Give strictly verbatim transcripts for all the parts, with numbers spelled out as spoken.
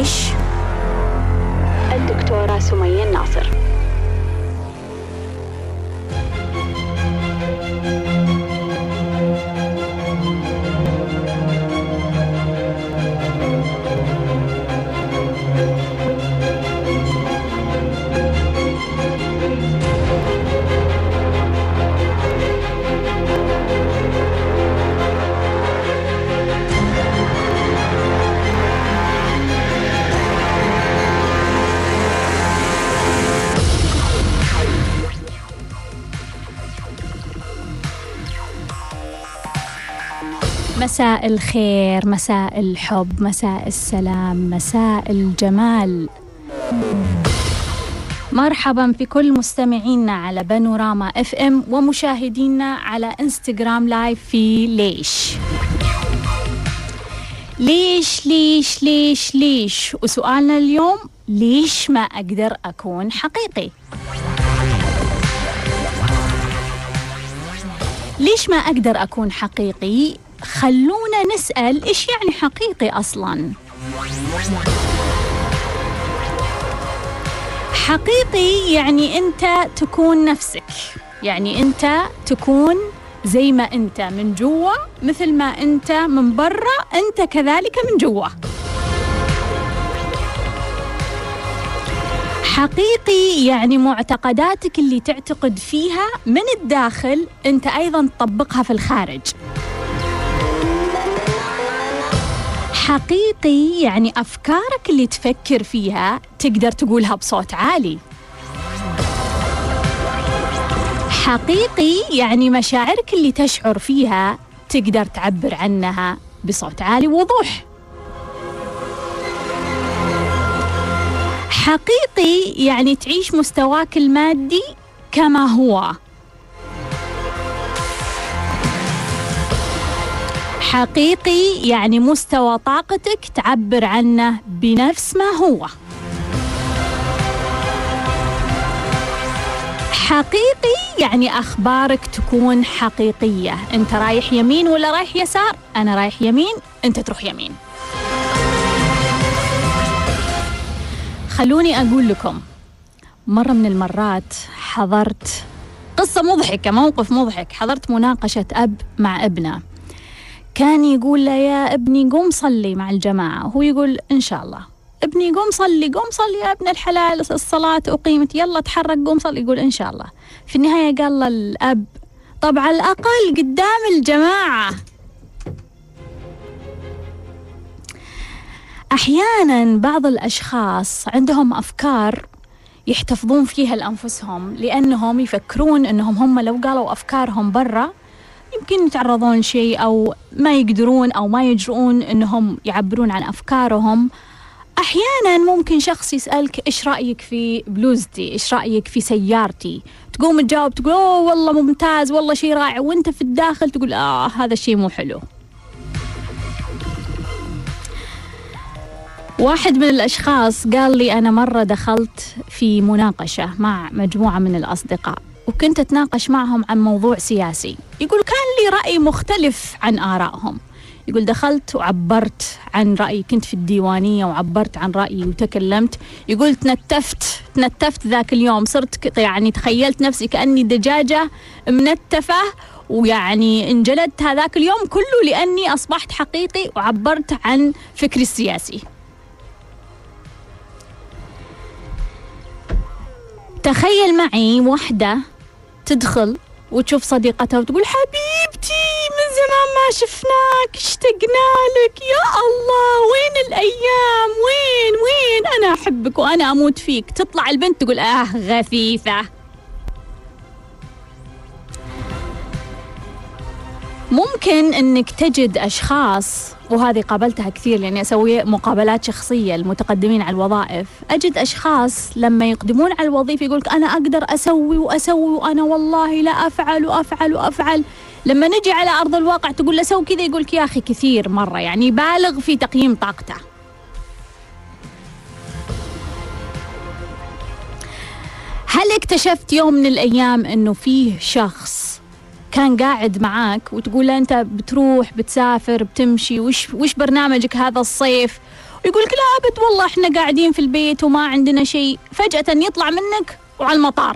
ليش؟ الدكتورة سمية الناصر. مساء الخير، مساء الحب، مساء السلام، مساء الجمال. مرحبا في كل مستمعينا على بانوراما اف ام ومشاهدينا على انستغرام لايف في ليش ليش ليش ليش ليش وسؤالنا اليوم: ليش ما أقدر أكون حقيقي؟ ليش ما أقدر أكون حقيقي؟ خلونا نسأل إيش يعني حقيقي أصلاً؟ حقيقي يعني أنت تكون نفسك، يعني أنت تكون زي ما أنت من جوا مثل ما أنت من برا، أنت كذلك من جوا. حقيقي يعني معتقداتك اللي تعتقد فيها من الداخل أنت أيضاً تطبقها في الخارج. حقيقي يعني أفكارك اللي تفكر فيها تقدر تقولها بصوت عالي. حقيقي يعني مشاعرك اللي تشعر فيها تقدر تعبر عنها بصوت عالي ووضوح. حقيقي يعني تعيش مستواك المادي كما هو. حقيقي يعني مستوى طاقتك تعبر عنه بنفس ما هو. حقيقي يعني أخبارك تكون حقيقية. أنت رايح يمين ولا رايح يسار؟ أنا رايح يمين، أنت تروح يمين. خلوني أقول لكم، مرة من المرات حضرت قصة مضحكة، موقف مضحك. حضرت مناقشة أب مع ابنه، كان يقول له: يا ابني قوم صلي مع الجماعة، وهو يقول: إن شاء الله. ابني قوم صلي قوم صلي يا ابن الحلال، الصلاة أقيمت، يلا تحرك قوم صلي. يقول: إن شاء الله. في النهاية قال له الأب: طب على الأقل قدام الجماعة. أحيانا بعض الأشخاص عندهم أفكار يحتفظون فيها لأنفسهم، لأنهم يفكرون أنهم هم لو قالوا أفكارهم برا يمكن يتعرضون لشيء، أو ما يقدرون أو ما يجرؤون أنهم يعبرون عن أفكارهم. أحيانا ممكن شخص يسألك: إيش رأيك في بلوزتي؟ إيش رأيك في سيارتي؟ تقوم تجاوب تقول: أوه والله ممتاز، والله شيء رائع، وانت في الداخل تقول: آه هذا الشيء مو حلو. واحد من الأشخاص قال لي: أنا مرة دخلت في مناقشة مع مجموعة من الأصدقاء، وكنت أتناقش معهم عن موضوع سياسي. يقول: كان لي رأي مختلف عن آرائهم. يقول: دخلت وعبرت عن رأيي، كنت في الديوانية وعبرت عن رأيي وتكلمت. يقول: تنتفت تنتفت ذاك اليوم، صرت يعني تخيلت نفسي كأني دجاجة منتفة، ويعني انجلدت هذاك اليوم كله لأني أصبحت حقيقي وعبرت عن فكري السياسي. تخيل معي واحدة تدخل وتشوف صديقتها وتقول: حبيبتي من زمان ما شفناك، اشتقنا لك، يا الله وين الأيام، وين وين أنا أحبك وأنا أموت فيك. تطلع البنت تقول: آه غثيثة. ممكن أنك تجد أشخاص، وهذه قابلتها كثير لأني أسوي مقابلات شخصية المتقدمين على الوظائف، أجد أشخاص لما يقدمون على الوظيفة يقولك: أنا أقدر أسوي وأسوي وأنا والله لا أفعل وأفعل وأفعل. لما نجي على أرض الواقع تقول له سوي كذا، يقولك: يا أخي كثير مرة، يعني بالغ في تقييم طاقته. هل اكتشفت يوم من الأيام أنه فيه شخص كان قاعد معاك وتقول له أنت بتروح بتسافر بتمشي، وش, وش برنامجك هذا الصيف، ويقول لك لا أبد والله إحنا قاعدين في البيت وما عندنا شيء، فجأة يطلع منك وعلى المطار.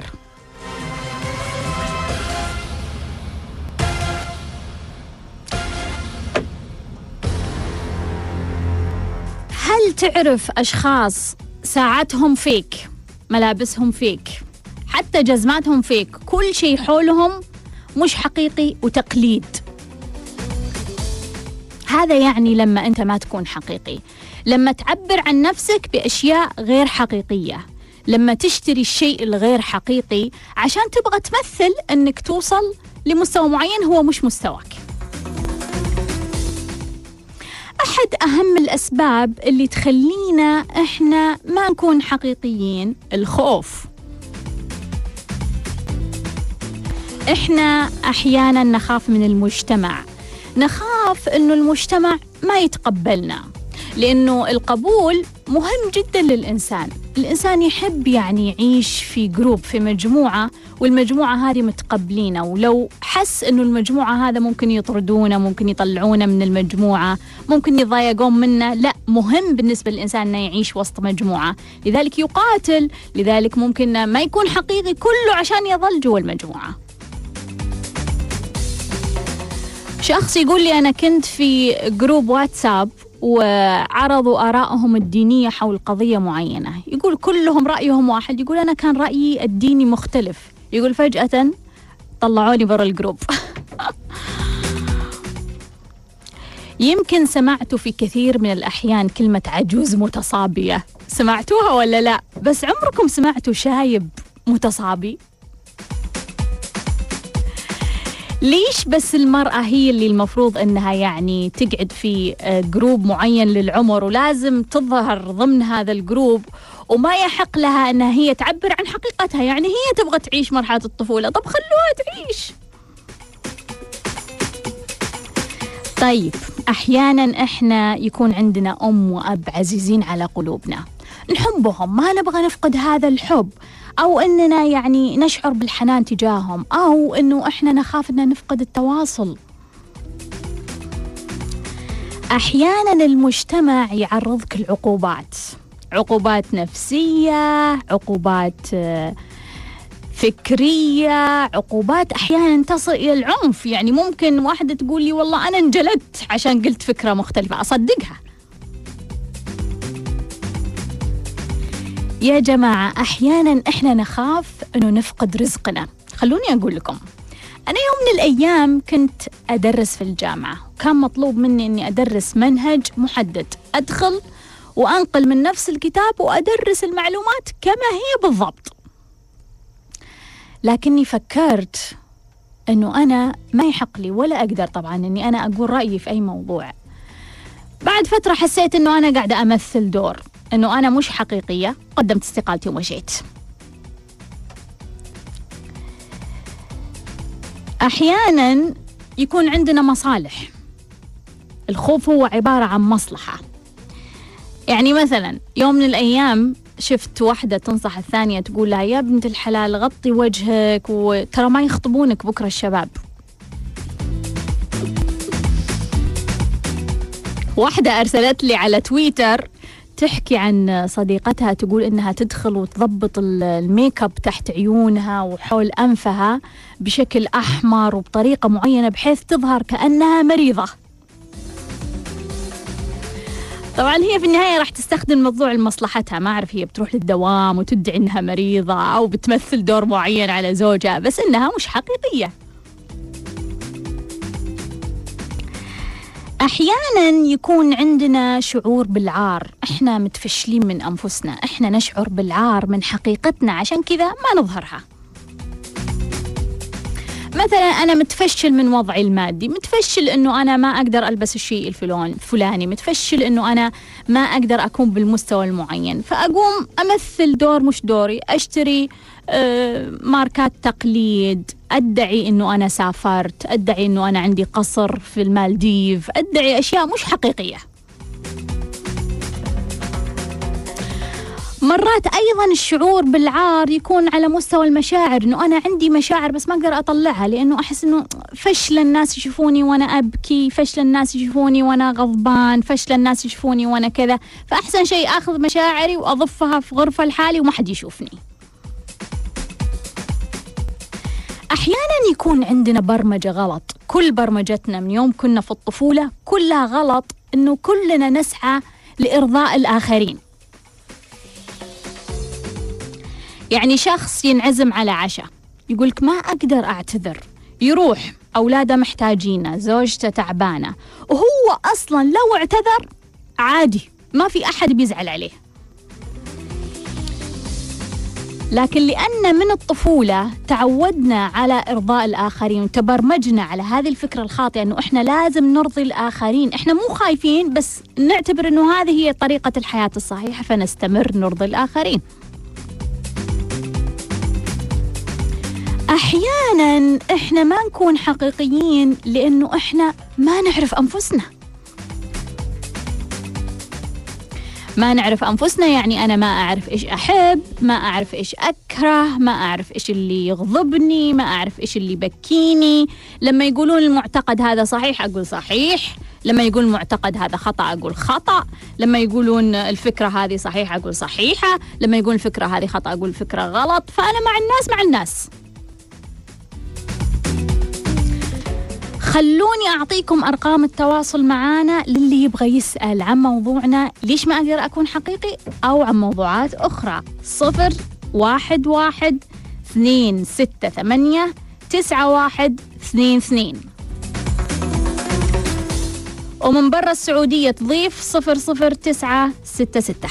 هل تعرف أشخاص ساعتهم فيك، ملابسهم فيك، حتى جزماتهم فيك، كل شيء حولهم مش حقيقي وتقليد؟ هذا يعني لما أنت ما تكون حقيقي، لما تعبر عن نفسك بأشياء غير حقيقية، لما تشتري الشيء الغير حقيقي عشان تبغى تمثل أنك توصل لمستوى معين هو مش مستواك. أحد أهم الأسباب اللي تخلينا إحنا ما نكون حقيقيين الخوف. إحنا أحياناً نخاف من المجتمع، نخاف إنه المجتمع ما يتقبلنا، لأنه القبول مهم جداً للإنسان. الإنسان يحب يعني يعيش في جروب، في مجموعة، والمجموعة هذه متقبلينه، ولو حس إنه المجموعة هذا ممكن يطردونه، ممكن يطلعونه من المجموعة، ممكن يضايقون منه، لا، مهم بالنسبة للإنسان إنه يعيش وسط مجموعة، لذلك يقاتل، لذلك ممكن ما يكون حقيقي كله عشان يظل جوا المجموعة. شخص يقول لي أنا كنت في جروب واتساب وعرضوا آرائهم الدينية حول قضية معينة، يقول كلهم رأيهم واحد، يقول أنا كان رأيي الديني مختلف، يقول فجأة طلعوني برا الجروب. يمكن سمعتوا في كثير من الأحيان كلمة عجوز متصابية، سمعتوها ولا لا؟ بس عمركم سمعتوا شايب متصابي؟ ليش بس المرأة هي اللي المفروض أنها يعني تقعد في جروب معين للعمر ولازم تظهر ضمن هذا الجروب وما يحق لها أنها هي تعبر عن حقيقتها؟ يعني هي تبغى تعيش مرحلة الطفولة، طب خلوها تعيش. طيب أحيانا إحنا يكون عندنا أم وأب عزيزين على قلوبنا، نحبهم، ما نبغى نفقد هذا الحب، أو أننا يعني نشعر بالحنان تجاههم، أو أنه إحنا نخاف أن نفقد التواصل. أحيانا المجتمع يعرضك لعقوبات، عقوبات نفسية، عقوبات فكرية، عقوبات أحيانا تصل إلى العنف. يعني ممكن واحدة تقول لي والله أنا انجلدت عشان قلت فكرة مختلفة، أصدقها. يا جماعة أحياناً إحنا نخاف أنه نفقد رزقنا. خلوني أقول لكم، أنا يوم من الأيام كنت أدرس في الجامعة، وكان مطلوب مني أني أدرس منهج محدد، أدخل وأنقل من نفس الكتاب وأدرس المعلومات كما هي بالضبط. لكني فكرت أنه أنا ما يحق لي ولا أقدر طبعاً أني أنا أقول رأيي في أي موضوع. بعد فترة حسيت أنه أنا قاعدة أمثل دور، أنه أنا مش حقيقية، قدمت استقالتي ومشيت. أحياناً يكون عندنا مصالح، الخوف هو عبارة عن مصلحة. يعني مثلاً يوم من الأيام شفت واحدة تنصح الثانية، تقول لها يا بنت الحلال غطي وجهك وترى ما يخطبونك بكرة الشباب. واحدة أرسلت لي على تويتر تحكي عن صديقتها، تقول إنها تدخل وتضبط الميك اب تحت عيونها وحول أنفها بشكل أحمر وبطريقة معينة بحيث تظهر كأنها مريضة. طبعا هي في النهاية راح تستخدم موضوع لمصلحتها، ما أعرف هي بتروح للدوام وتدعي إنها مريضة أو بتمثل دور معين على زوجها، بس إنها مش حقيقية. أحياناً يكون عندنا شعور بالعار، إحنا متفشلين من أنفسنا، إحنا نشعر بالعار من حقيقتنا، عشان كذا ما نظهرها. مثلاً أنا متفشل من وضعي المادي، متفشل إنه أنا ما أقدر ألبس الشيء الفلاني، متفشل إنه أنا ما أقدر أكون بالمستوى المعين، فأقوم أمثل دور مش دوري، أشتري آه ماركات تقليد، أدعي إنه أنا سافرت، أدعي إنه أنا عندي قصر في المالديف، أدعي أشياء مش حقيقية. مرات أيضا الشعور بالعار يكون على مستوى المشاعر، إنه أنا عندي مشاعر بس ما أقدر أطلعها، لأنه أحس إنه فشل الناس يشوفوني وأنا أبكي، فشل الناس يشوفوني وأنا غضبان، فشل الناس يشوفوني وأنا كذا، فأحسن شيء أخذ مشاعري وأضفها في غرفة لحالي وما حد يشوفني. أحيانا يكون عندنا برمجة غلط، كل برمجتنا من يوم كنا في الطفولة كلها غلط، إنه كلنا نسعى لإرضاء الآخرين. يعني شخص ينعزم على عشاء يقولك ما أقدر أعتذر، يروح أولاده محتاجينه، زوجته تعبانة، وهو أصلا لو اعتذر عادي ما في أحد بيزعل عليه. لكن لأن من الطفولة تعودنا على إرضاء الآخرين وتبرمجنا على هذه الفكرة الخاطئة أنه إحنا لازم نرضي الآخرين، إحنا مو خايفين بس نعتبر أنه هذه هي طريقة الحياة الصحيحة فنستمر نرضي الآخرين. أحياناً إحنا ما نكون حقيقيين لأنه إحنا ما نعرف أنفسنا. ما نعرف أنفسنا يعني أنا ما أعرف إيش أحب، ما أعرف إيش أكره، ما أعرف إيش اللي يغضبني، ما أعرف إيش اللي يبكيني. لما يقولون المعتقد هذا صحيح أقول صحيح، لما يقول المعتقد هذا خطأ أقول خطأ، لما يقولون الفكرة هذه صحيحة أقول صحيحة، لما يقول الفكرة هذه خطأ أقول الفكرة غلط. فأنا مع الناس مع الناس. خلوني أعطيكم أرقام التواصل معانا للي يبغى يسأل عن موضوعنا ليش ما أقدر أكون حقيقي أو عن موضوعات أخرى. صفر واحد واحد اثنين ستة ثمانية تسعة واحد اثنين اثنين، ومن برا السعودية تضيف صفر صفر تسعة ستة ستة.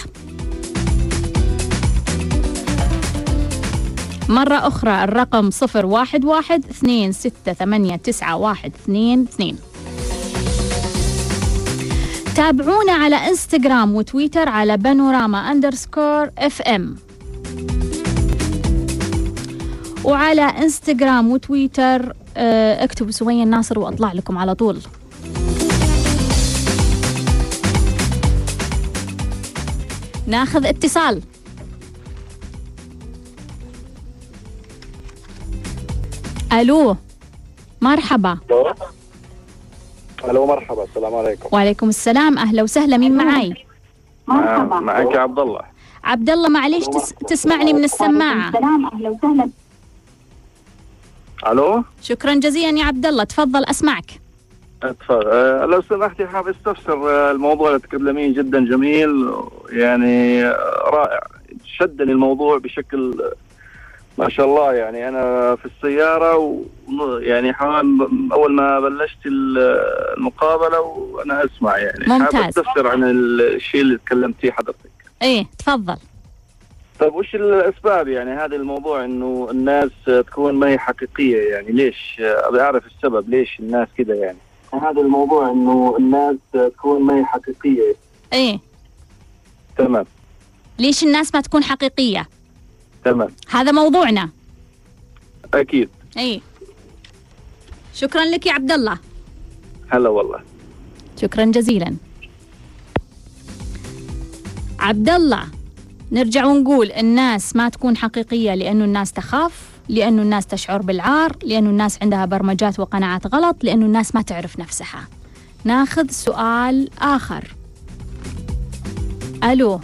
مرة أخرى الرقم صفر واحد واحد اثنين ستة ثمانية تسعة واحد اثنين اثنين. تابعونا على انستغرام وتويتر على بانوراما أندرسكور اف ام، وعلى انستغرام وتويتر اه اكتبوا سمية الناصر وأطلع لكم على طول. ناخذ اتصال. ألو مرحبا. ألو مرحبا، السلام عليكم. وعليكم السلام، أهلا وسهلا. مين معاي؟ مرحبا. معك عبد الله. عبد الله معليش تس... تسمعني من السماعة. السلام، أهلا وسهلا. ألو شكرا جزيلا يا عبد الله، تفضل أسمعك. تفضل. أه لو سمحتي حاب استفسر، الموضوع اللي تكلمين جدا جميل يعني رائع، شدني الموضوع بشكل ما شاء الله. يعني أنا في السيارة ويعني حوالي أول ما بلشت المقابلة وأنا أسمع يعني ممتاز. حاب أستفسر عن الشيء اللي تكلمتيه حضرتك. إيه تفضل. طيب وش الأسباب يعني هذا الموضوع إنه الناس تكون ما هي حقيقية؟ يعني ليش؟ أبي أعرف السبب ليش الناس كده يعني هذا الموضوع إنه الناس تكون ما هي حقيقية. إيه تمام. ليش الناس ما تكون حقيقية؟ تمام، هذا موضوعنا. أكيد. إيه شكرا لك يا عبد الله. هلا والله. شكرا جزيلا عبد الله. نرجع ونقول الناس ما تكون حقيقية لأنه الناس تخاف، لأنه الناس تشعر بالعار، لأنه الناس عندها برمجات وقناعات غلط، لأنه الناس ما تعرف نفسها. ناخذ سؤال آخر. ألو.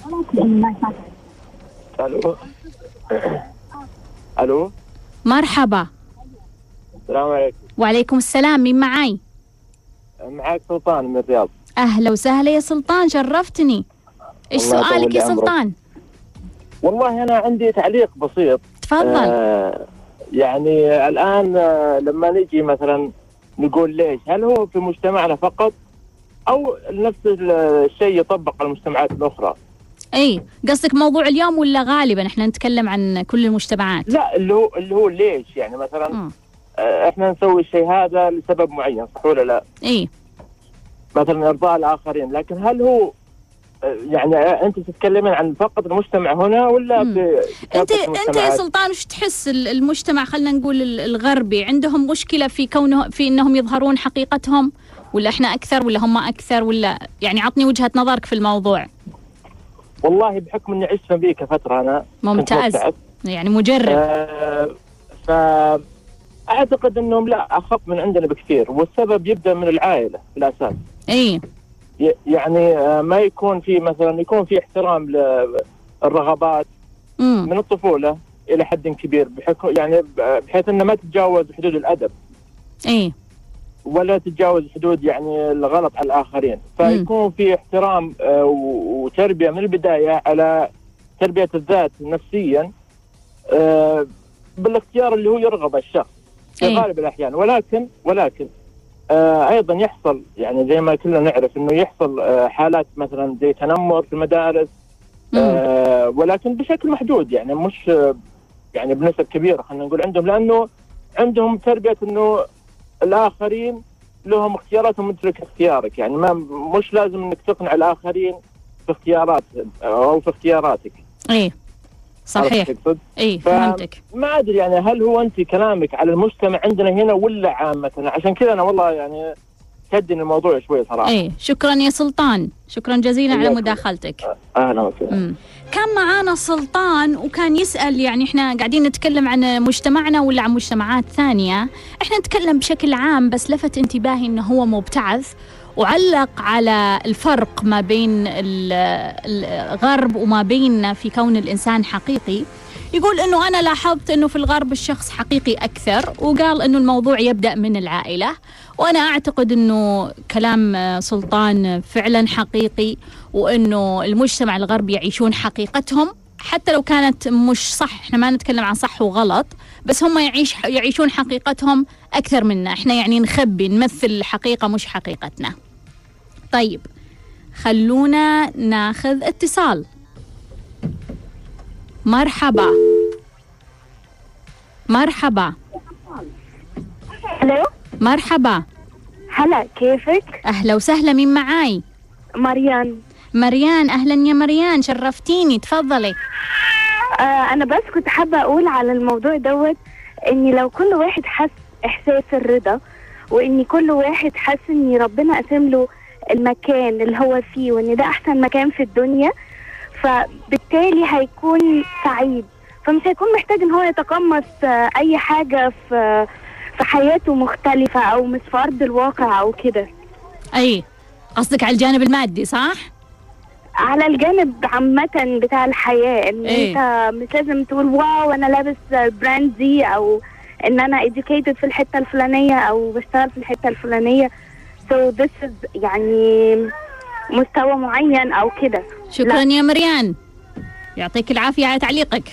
ألو. ألو. مرحبا. السلام عليكم. وعليكم السلام، مين معاي؟ معاك سلطان من الرياض. أهلا وسهلا يا سلطان، شرفتني. إيش سؤالك يا سلطان؟ والله أنا عندي تعليق بسيط. تفضل. آه يعني الآن آه لما نجي مثلا نقول ليش، هل هو في مجتمعنا فقط أو نفس الشيء يطبق على المجتمعات الأخرى؟ اي قصدك موضوع اليوم ولا غالبا احنا نتكلم عن كل المجتمعات؟ لا، اللي هو اللي هو ليش يعني مثلا آه احنا نسوي الشيء هذا لسبب معين، صح ولا لا؟ اي مثلا ارضاء الاخرين، لكن هل هو آه يعني انت تتكلمين عن فقط المجتمع هنا ولا في انت انت يا سلطان وش تحس المجتمع خلينا نقول الغربي عندهم مشكله في كونه في انهم يظهرون حقيقتهم، ولا احنا اكثر ولا هم اكثر، ولا يعني عطني وجهة نظرك في الموضوع. والله بحكم اني عشت في امريكا فتره انا. ممتاز، يعني مجرب. آه ف اعتقد انهم لا اخف من عندنا بكثير، والسبب يبدا من العائله في الاساس. اي يعني ما يكون في مثلا يكون في احترام للرغبات مم. من الطفوله الى حد كبير، يعني بحيث انه ما تتجاوز حدود الادب. اي ولا تتجاوز حدود يعني الغلط على الاخرين، فيكون في احترام وتربيه من البدايه على تربيه الذات نفسيا بالاختيار اللي هو يرغب الشخص في أيه. غالب الاحيان. ولكن ولكن آه ايضا يحصل يعني زي ما كلنا نعرف انه يحصل آه حالات مثلا زي تنمر في المدارس، آه ولكن بشكل محدود، يعني مش آه يعني بنسب كبيره خلينا نقول عندهم، لانه عندهم تربيه انه الاخرين لهم اختياراتهم وانت اختيارك، يعني ما مش لازم انك تقنع الاخرين في اختيارات او في اختياراتك. ايه صحيح. ايه فهمتك. ما ادري يعني هل هو انت كلامك على المجتمع عندنا هنا ولا عامه؟ عشان كذا انا والله يعني شدني الموضوع شوي صراحه. ايه شكرا يا سلطان، شكرا جزيلا على مداخلتك. اهلا وسهلا. كان معانا سلطان وكان يسأل، يعني احنا قاعدين نتكلم عن مجتمعنا ولا عن مجتمعات ثانية؟ احنا نتكلم بشكل عام، بس لفت انتباهي انه هو مبتعث وعلق على الفرق ما بين الغرب وما بيننا في كون الإنسان حقيقي. يقول انه انا لاحظت انه في الغرب الشخص حقيقي اكثر، وقال انه الموضوع يبدأ من العائلة. وانا اعتقد انه كلام سلطان فعلا حقيقي، وانه المجتمع الغربي يعيشون حقيقتهم حتى لو كانت مش صح. احنا ما نتكلم عن صح وغلط، بس هم يعيش يعيشون حقيقتهم اكثر منا. احنا يعني نخبي نمثل حقيقة مش حقيقتنا. طيب خلونا ناخذ اتصال. مرحبا مرحبا. الو مرحبا. هلا كيفك؟ اهلا وسهلا، مين معاي؟ مريان. مريان، اهلا يا مريان، شرفتيني، تفضلي. آه انا بس كنت حابه اقول على الموضوع دوت، اني لو كل واحد حس احساس الرضا، واني كل واحد حس ان ربنا قسم له المكان اللي هو فيه وان ده احسن مكان في الدنيا، فبالتالي هيكون سعيد، فمش هيكون محتاج ان هو يتقمص اي حاجه في في حياته مختلفه او مش في ارض الواقع او كده. اي قصدك على الجانب المادي صح؟ على الجانب عامه بتاع الحياه، ان إيه؟ انت مش لازم تقول واو انا لابس البراند دي، او ان انا educated في الحته الفلانيه او بشتغل في الحته الفلانيه. so this is يعني مستوى معين او كده. شكرا لا. يا مريان، يعطيك العافية على تعليقك.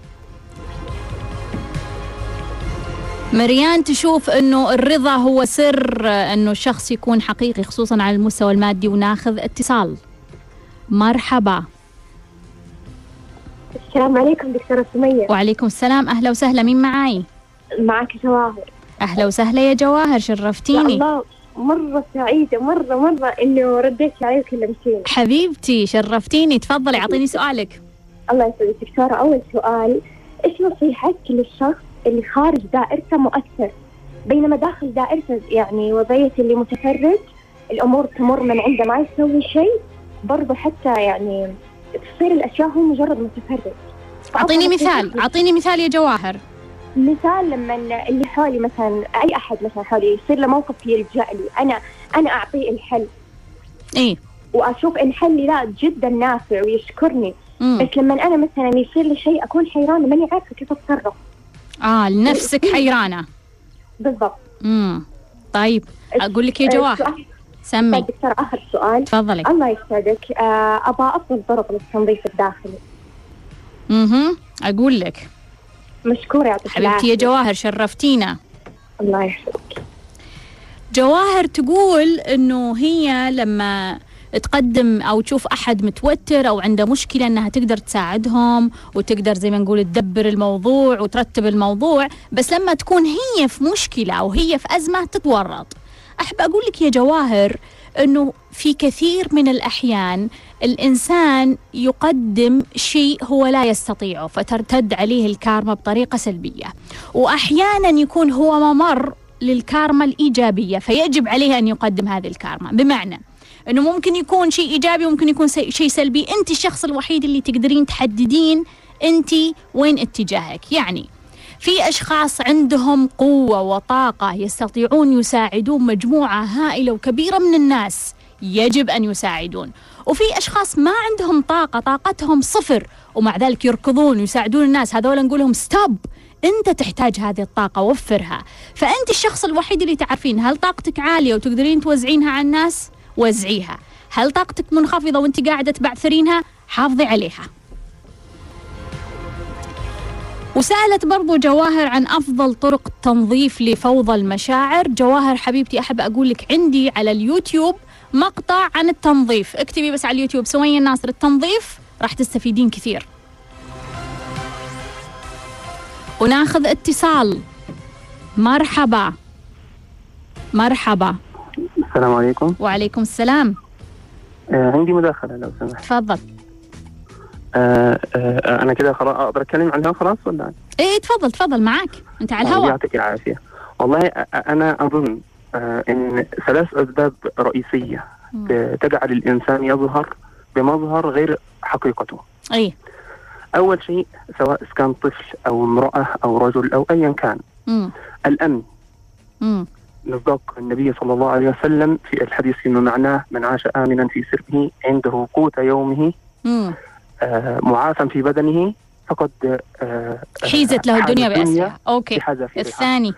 مريان تشوف انه الرضا هو سر انه الشخص يكون حقيقي خصوصا على المستوى المادي. وناخذ اتصال. مرحبا. السلام عليكم دكتورة سمية. وعليكم السلام، اهلا وسهلا، مين معاي؟ معك جواهر. اهلا وسهلا يا جواهر، شرفتيني. الله مرة سعيدة مرة مرة إنه رديتي علي وكلمتيني. حبيبتي شرفتيني، تفضلي أعطيني سؤالك. الله يسعدك دكتورة. أول سؤال، إيش نصيحتك للشخص اللي خارج دائرته مؤثر بينما داخل دائرته يعني وضعية اللي متفرج الأمور تمر من عنده ما يسوي شيء، برضه حتى يعني تصير الأشياء هو مجرد متفرج. أعطيني مثال، أعطيني مثال يا جواهر. مثال لما اللي حولي مثلا اي احد مثلا حولي يصير له موقف يلجأ لي، انا انا اعطيه الحل. ايه واشوف الحل لا جدا نافع ويشكرني. مم. بس لما انا مثلا يصير لي شيء اكون حيرانه ماني عارفه كيف اتصرف. اه لنفسك حيرانه. بالضبط. امم طيب اقول لك يا جواهر سمي. دكتور اخر سؤال. تفضلي. الله يسعدك. آه ابغى افضل طرق للتنظيف الداخلي. اها اقول لك. مشكورة يعطيك العافية حبيبتي يا جواهر، شرفتينا. الله يحفظك. جواهر تقول انه هي لما تقدم او تشوف احد متوتر او عنده مشكله انها تقدر تساعدهم وتقدر زي ما نقول تدبر الموضوع وترتب الموضوع، بس لما تكون هي في مشكله او هي في ازمه تتورط. احب اقول لك يا جواهر انه في كثير من الاحيان الإنسان يقدم شيء هو لا يستطيعه فترتد عليه الكارما بطريقة سلبية، وأحيانا يكون هو ممر للكارما الإيجابية فيجب عليه أن يقدم هذه الكارما. بمعنى أنه ممكن يكون شيء إيجابي وممكن يكون شيء سلبي، أنت الشخص الوحيد اللي تقدرين تحددين أنت وين اتجاهك. يعني في أشخاص عندهم قوة وطاقة يستطيعون يساعدون مجموعة هائلة وكبيرة من الناس يجب أن يساعدون، وفي أشخاص ما عندهم طاقة، طاقتهم صفر ومع ذلك يركضون يساعدون الناس، هذول نقول لهم ستوب، أنت تحتاج هذه الطاقة، وفرها. فأنت الشخص الوحيد اللي تعرفين هل طاقتك عالية وتقدرين توزعينها على الناس، وزعيها. هل طاقتك منخفضة وانت قاعدة تبعثرينها، حافظي عليها. وسألت برضو جواهر عن أفضل طرق تنظيف لفوضى المشاعر. جواهر حبيبتي أحب أقول لك عندي على اليوتيوب مقطع عن التنظيف، اكتبي بس على اليوتيوب سوية الناصر التنظيف راح تستفيدين كثير. وناخذ اتصال. مرحبا. مرحبا. السلام عليكم. وعليكم السلام. آه عندي مداخلة لو سمحت. تفضل. آه آه أنا كده خلاص أقدر أتكلم عنها خلاص ولا؟ إيه تفضل تفضل معك أنت على الهواء. يعطيك العافية. والله أنا أظن آه إن ثلاث أسباب رئيسية م. تجعل الإنسان يظهر بمظهر غير حقيقته. أي. أول شيء سواء كان طفل أو امرأة أو رجل أو أيا كان م. الأمن. م. نصدق النبي صلى الله عليه وسلم في الحديث إنه معناه من عاش آمنا في سربه عنده قوت يومه آه معافى في بدنه فقد آه حيزت له الدنيا بأسرها. أوكي. الثاني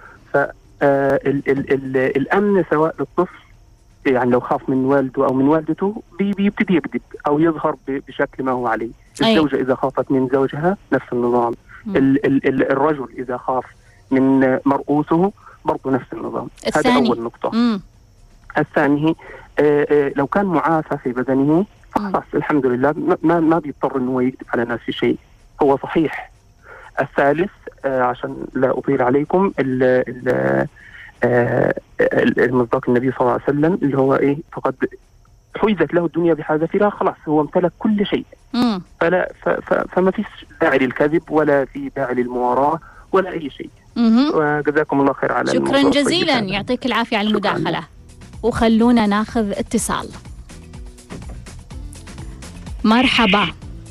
الأمن سواء للطفل يعني لو خاف من والده أو من والدته بي بيبتدي يكذب أو يظهر بشكل ما هو عليه. الزوجة إذا خافت من زوجها نفس النظام. ال ال ال الرجل إذا خاف من مرؤوسه برضو نفس النظام. هذا أول نقطة. مم. الثاني آه آه لو كان معافى في بدنه خلاص الحمد لله ما ما بيضطر إنه يكذب على الناس في شيء، هو صحيح. الثالث آه عشان لا أطيل عليكم ال ال آه المصداق النبي صلى الله عليه وسلم اللي هو إيه فقد حيزت له الدنيا بحذافيرها، خلاص هو امتلك كل شيء. مم. فلا ف ف فما فيش داعي للكذب ولا في داعي للمواراة ولا أي شيء. وجزاكم الله خير على شكرا جزيلا. يعطيك العافية على المداخلة. وخلونا ناخذ اتصال. مرحبا.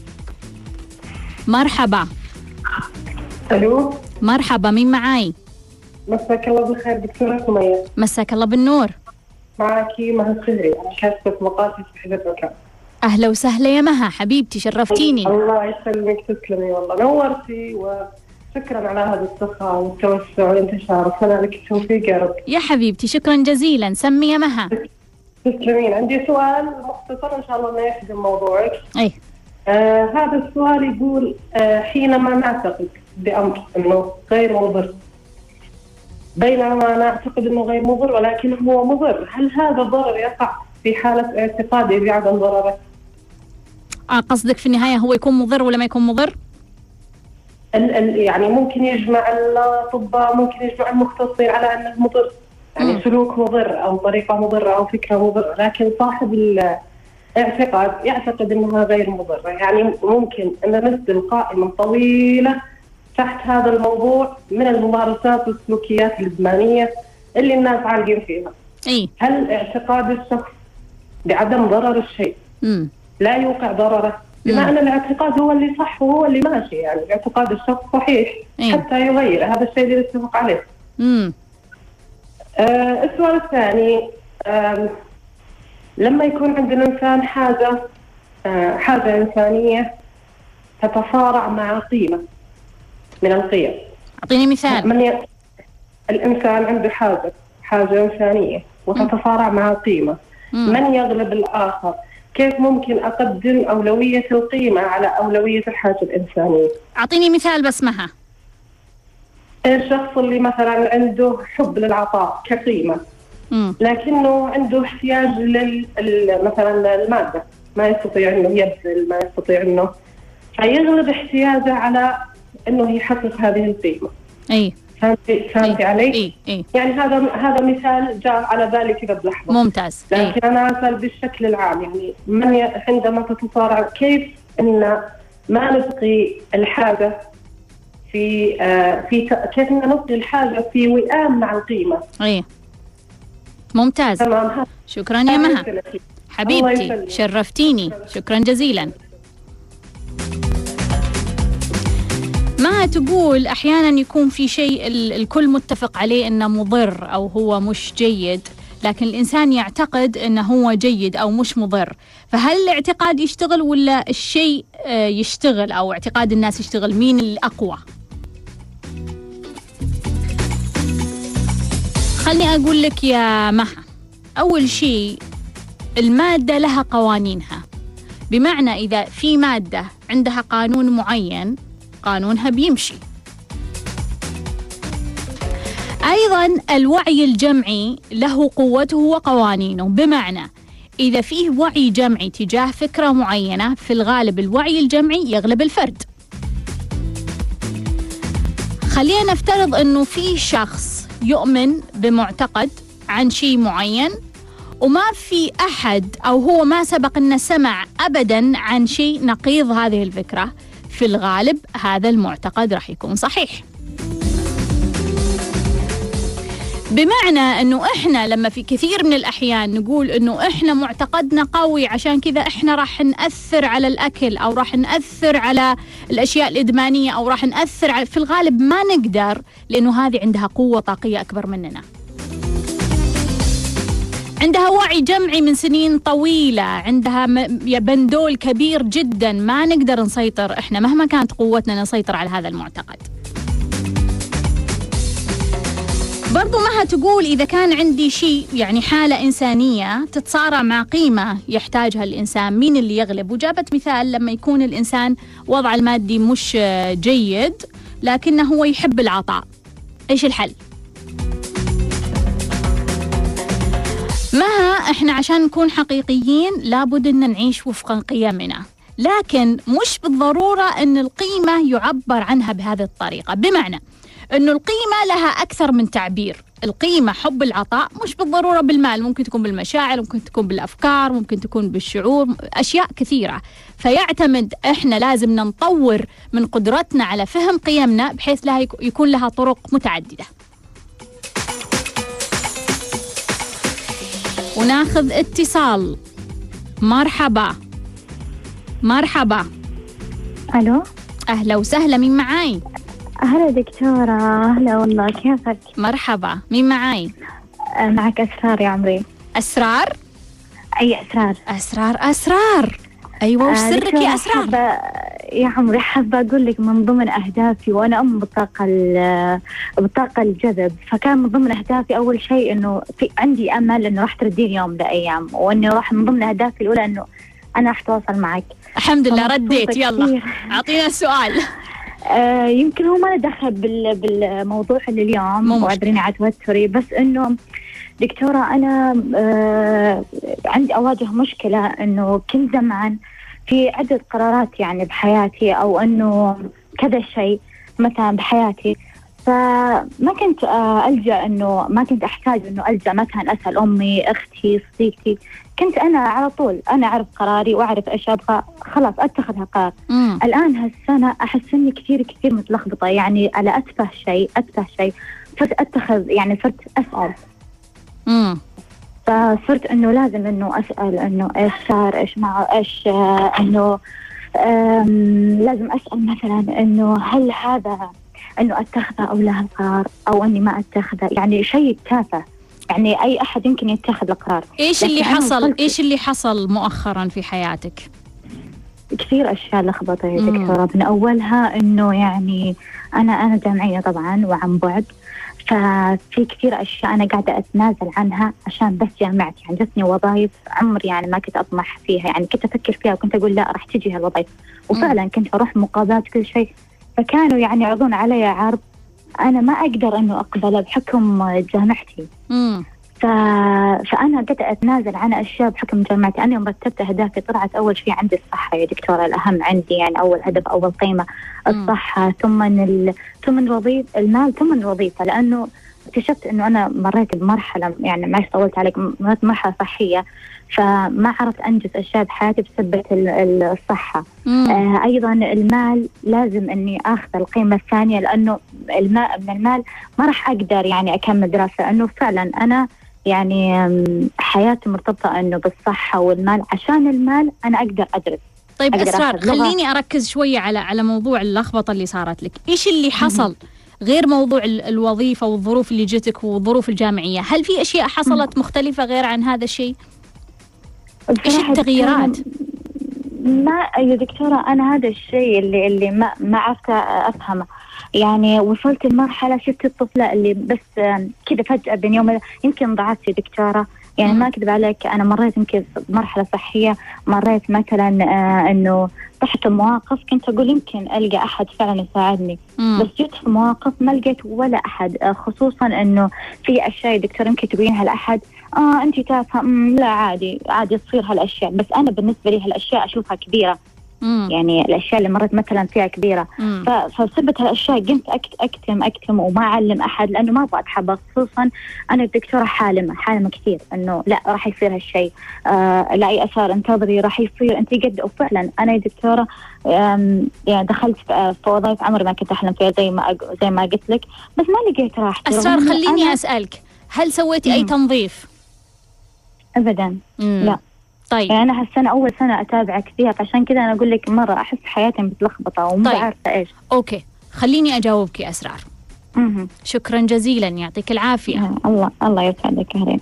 مرحبا. الو. مرحبا، مين معاي؟ مساك الله بالخير دكتورة سمية. مساك الله بالنور. معاكي مها الخضري، أنا كاتبة مقالتي في حدة مكان. أهلا وسهلا يا مها حبيبتي، شرفتيني. الله يسلمك، تسلمي والله، نورتي وشكرا على هذا السخاء والتوسع والانتشار، وسنة لك التوفيق يا رب. يا حبيبتي شكرا جزيلا. سمي يا مها. تسلمين. عندي سؤال مختصر إن شاء الله ما يخدم موضوعك. أي. آه هذا السؤال يقول آه حينما نعتقد بأمر أنه غير مضر بينما نعتقد أنه غير مضر ولكن هو مضر، هل هذا الضرر يقع في حالة اعتقادي بعدم ضرره؟ آه قصدك في النهاية هو يكون مضر ولا ما يكون مضر؟ ال ال يعني ممكن يجمع الأطباء، ممكن يجمع المختصين على أنه مضر، يعني م. سلوك مضر أو طريقة مضرة أو فكرة مضرة، لكن صاحب الاعتقاد يعتقد أنها غير مضرة. يعني ممكن أن نسدل قائمة طويلة تحت هذا الموضوع من الممارسات والسلوكيات الإدمانية اللي الناس عالقين فيها. إيه؟ هل اعتقاد الشخص بعدم ضرر الشيء م. لا يوقع ضرره؟ بما أن الاعتقاد هو اللي صح وهو اللي ماشي، يعني اعتقاد الشخص صحيح إيه؟ حتى يغير، هذا الشيء اللي نتفق عليه. امم آه السؤال الثاني، آه لما يكون عند الإنسان حاجة آه حاجة إنسانية تتصارع مع قيمة من القيم. أعطيني مثال. من ي... الإنسان عنده حاجة حاجة إنسانية وتتصارع مع قيمة، مم. من يغلب الآخر؟ كيف ممكن أقدم أولوية القيمة على أولوية الحاجة الإنسانية؟ أعطيني مثال بس مها. الشخص اللي مثلا عنده حب للعطاء كقيمة، مم. لكنه عنده احتياج لل مثلا المادة، ما يستطيع إنه يبذل، ما يستطيع إنه، فيغلب احتياجه على إنه يحقق هذه القيمة. أي. فهمتي فهمتي علي؟ إيه إيه. يعني هذا هذا مثال جاء على بالي كذا بلحظة. ممتاز. لكن إيه؟ أنا أسأل بالشكل العام، يعني من ي... عندما تتصارع كيف إن ما نبقي الحاجة في آه في ت... كيف إن نبقي الحاجة في وئام مع القيمة. إيه. ممتاز. تمام. شكرا يا مها حبيبتي، شرفتيني، شكرا جزيلا. مها مها تقول أحيانا يكون في شيء الكل متفق عليه إنه مضر أو هو مش جيد، لكن الإنسان يعتقد إنه هو جيد أو مش مضر، فهل الاعتقاد يشتغل ولا الشيء يشتغل أو اعتقاد الناس يشتغل؟ مين الأقوى؟ خلني أقول لك يا مها، أول شيء المادة لها قوانينها، بمعنى إذا في مادة عندها قانون معين قانونها بيمشي. أيضا الوعي الجمعي له قوته وقوانينه، بمعنى إذا فيه وعي جمعي تجاه فكرة معينة في الغالب الوعي الجمعي يغلب الفرد. خلينا نفترض أنه في شخص يؤمن بمعتقد عن شيء معين وما في أحد أو هو ما سبق أنه سمع أبدا عن شيء نقيض هذه الفكرة، في الغالب هذا المعتقد راح يكون صحيح. بمعنى أنه إحنا لما في كثير من الأحيان نقول أنه إحنا معتقدنا قوي عشان كذا إحنا راح نأثر على الأكل أو راح نأثر على الأشياء الإدمانية أو راح نأثر على، في الغالب ما نقدر، لأنه هذه عندها قوة طاقية أكبر مننا، عندها وعي جمعي من سنين طويلة، عندها بندول كبير جدا، ما نقدر نسيطر إحنا مهما كانت قوتنا نسيطر على هذا المعتقد. برضو مها تقول إذا كان عندي شيء يعني حالة إنسانية تتصارع مع قيمة يحتاجها الإنسان، مين اللي يغلب؟ وجابت مثال لما يكون الإنسان وضع المادي مش جيد لكنه هو يحب العطاء، إيش الحل؟ مها إحنا عشان نكون حقيقيين لابد أن نعيش وفق قيمنا، لكن مش بالضرورة أن القيمة يعبر عنها بهذه الطريقة، بمعنى أنه القيمة لها أكثر من تعبير. القيمة حب العطاء مش بالضرورة بالمال، ممكن تكون بالمشاعر، ممكن تكون بالأفكار، ممكن تكون بالشعور، أشياء كثيرة. فيعتمد إحنا لازم نطور من قدرتنا على فهم قيمنا بحيث لها يكون لها طرق متعددة. وناخذ اتصال. مرحبا مرحبا. ألو، أهلا وسهلا، مين معاي؟ هلا دكتورة، أهلا والله، كيفك؟ مرحبا، مين معاي؟ معك أسرار يا عمري. أسرار؟ أي أسرار؟ أسرار أسرار أيوة، وش سرك يا أسرار؟ حابة يا عمري، حابة أقول لك من ضمن أهدافي، وأنا أم بالطاقة بالطاقة الجذب، فكان من ضمن أهدافي أول شيء إنه في عندي أمل إنه راح تردين يوم لأيام، وإنه راح من ضمن أهدافي الأولى إنه أنا راح أتواصل معك. الحمد لله رديت. يلا أعطينا السؤال. آه يمكن هو ما له دخل بالموضوع اللي اليوم، وعذريني على توتري، بس إنه دكتورة أنا آه عندي أواجه مشكلة إنه كنت زمان في عدة قرارات يعني بحياتي، أو إنه كذا شيء مثلا بحياتي، فما كنت آه ألجأ إنه ما كنت أحتاج إنه ألجأ مثلا أسأل أمي، أختي، صديقتي، كنت أنا على طول أنا أعرف قراري وأعرف إيش أبغى، خلاص أتخذها قرار. مم. الآن هالسنة أحس إني كثير كثير متلخبطة، يعني على أتفه شيء أتفه شيء صرت أتخذ، يعني صرت أسأل. امم فصرت إنه لازم إنه أسأل إنه إيش صار، إيش معه، إيش آه إنه لازم أسأل مثلا إنه هل هذا إنه أتخذه أو لا القرار، أو إني ما أتخذه، يعني شيء تافه، يعني أي أحد يمكن يتخذ القرار. إيش اللي حصل إيش اللي حصل مؤخرا في حياتك؟ كثير أشياء لخبطة يا دكتورة، من أولها إنه يعني أنا أنا جامعية طبعا وعن بعد، ففي كثير أشياء أنا قاعدة أتنازل عنها عشان بس جامعتي، يعني جتني وظائف عمري يعني ما كنت أطمح فيها، يعني كنت أفكر فيها وكنت أقول لا راح تجي هالوظائف، وفعلا كنت أروح مقابلات كل شيء، فكانوا يعني يعرضون علي عرض أنا ما أقدر إنه أقبله بحكم جامعتي. امم ف... فأنا قد أتنازل عن أشياء بحكم جامعتي. أنا مرتبت أهدافي، طلعت أول شيء عندي الصحة يا دكتورة، الأهم عندي، يعني أول هدف أول قيمة الصحة، ثم ال... ثم الوظيفة، المال، ثم الوظيفة، لأنه اكتشفت إنه أنا مريت بمرحلة، يعني ما طولت عليك، مريت بمرحلة صحية، فما عرفت أنجز أشياء بحياتي بسبب الصحة. آه أيضا المال لازم إني أخذ القيمة الثانية، لأنه الماء من المال ما راح أقدر يعني أكمل دراسة، إنه فعلا أنا يعني حياتي مرتبطة إنه بالصحة والمال، عشان المال أنا أقدر أدرس. طيب أسرار، خليني أركز شوية على على موضوع اللخبطة اللي صارت لك. إيش اللي حصل غير موضوع الوظيفة والظروف اللي جتك والظروف الجامعية؟ هل في أشياء حصلت مختلفة غير عن هذا الشيء؟ إيش التغييرات؟ ما يا دكتورة، أنا هذا الشيء اللي اللي ما ما عرفت أفهمه. يعني وصلت لمرحلة شفت الطفلة اللي بس كذا فجأة بين يوم يمكن ضعفت يا دكتورة. يعني ما أكذب عليك، أنا مريت يمكن بمرحلة صحية، مريت مثلا آه إنه طحت مواقف كنت أقول يمكن ألقى أحد فعلا يساعدني، مم. بس جيت في مواقف ما لقيت ولا أحد. آه خصوصا إنه في أشياء دكتور يمكن تبينها لأحد، آه أنت تافهة، لا عادي عادي تصير هالأشياء، بس أنا بالنسبة لي هالأشياء أشوفها كبيرة. مم. يعني الأشياء اللي مرت مثلا فيها كبيرة، فبسبب هالأشياء قمت أكتم أكتم وما أعلم أحد، لأنه ما أبغى أتحبط. خصوصا أنا الدكتورة حالمة حالمة كثير إنه لا راح يصير هالشيء، آه لا يا أسرار انتظري راح يصير، أنت قد. وفعلا أنا يا دكتورة يعني دخلت في وظائف عمري ما كنت أحلم فيها زي ما زي ما قلت لك، بس ما لقيت راحتي. أسرار خليني أنا... أسألك، هل سويتي مم. أي تنظيف؟ أبدا مم. لا. طيب يعني أنا هالسنة أول سنة أتابعك فيها، فعشان كذا أنا أقول لك مرة أحس حياتي متلخبطة ومو طيب. عارفة إيش. أوكي خليني أجاوبك يا أسرار. مه. شكرا جزيلا، يعطيك العافية. الله الله يسعدك يا هرين.